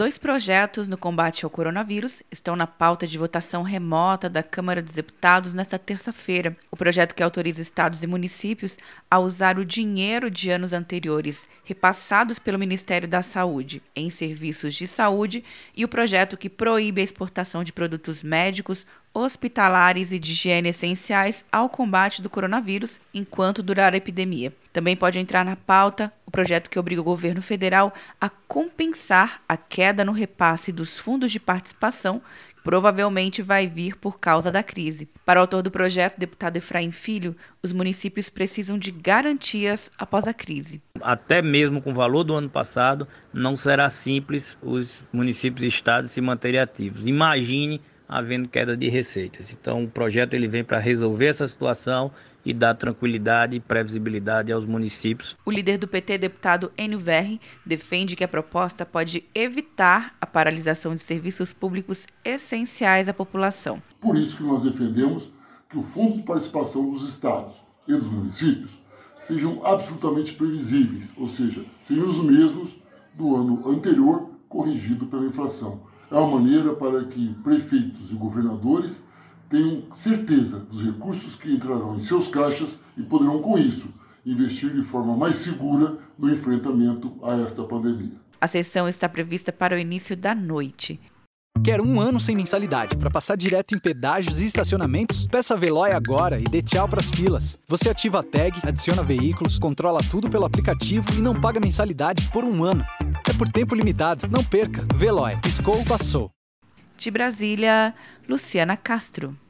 2 projetos no combate ao coronavírus estão na pauta de votação remota da Câmara dos Deputados nesta terça-feira. O projeto que autoriza estados e municípios a usar o dinheiro de anos anteriores repassados pelo Ministério da Saúde em serviços de saúde e o projeto que proíbe a exportação de produtos médicos, hospitalares e de higiene essenciais ao combate do coronavírus enquanto durar a epidemia. Também pode entrar na pauta o projeto que obriga o governo federal a compensar a queda no repasse dos fundos de participação, que provavelmente vai vir por causa da crise. Para o autor do projeto, deputado Efraim Filho, os municípios precisam de garantias após a crise. Até mesmo com o valor do ano passado, não será simples os municípios e estados se manterem ativos. Imagine havendo queda de receitas. Então, o projeto ele vem para resolver essa situação e dar tranquilidade e previsibilidade aos municípios. O líder do PT, deputado Enio Verri, defende que a proposta pode evitar a paralisação de serviços públicos essenciais à população. Por isso que nós defendemos que o Fundo de Participação dos estados e dos municípios sejam absolutamente previsíveis, ou seja, sejam os mesmos do ano anterior, corrigido pela inflação. É uma maneira para que prefeitos e governadores tenham certeza dos recursos que entrarão em seus caixas e poderão, com isso, investir de forma mais segura no enfrentamento a esta pandemia. A sessão está prevista para o início da noite. Quer um ano sem mensalidade para passar direto em pedágios e estacionamentos? Peça a Veloy agora e dê tchau para as filas. Você ativa a tag, adiciona veículos, controla tudo pelo aplicativo e não paga mensalidade por um ano. É por tempo limitado. Não perca. Veloy. Piscou, passou. De Brasília, Luciana Castro.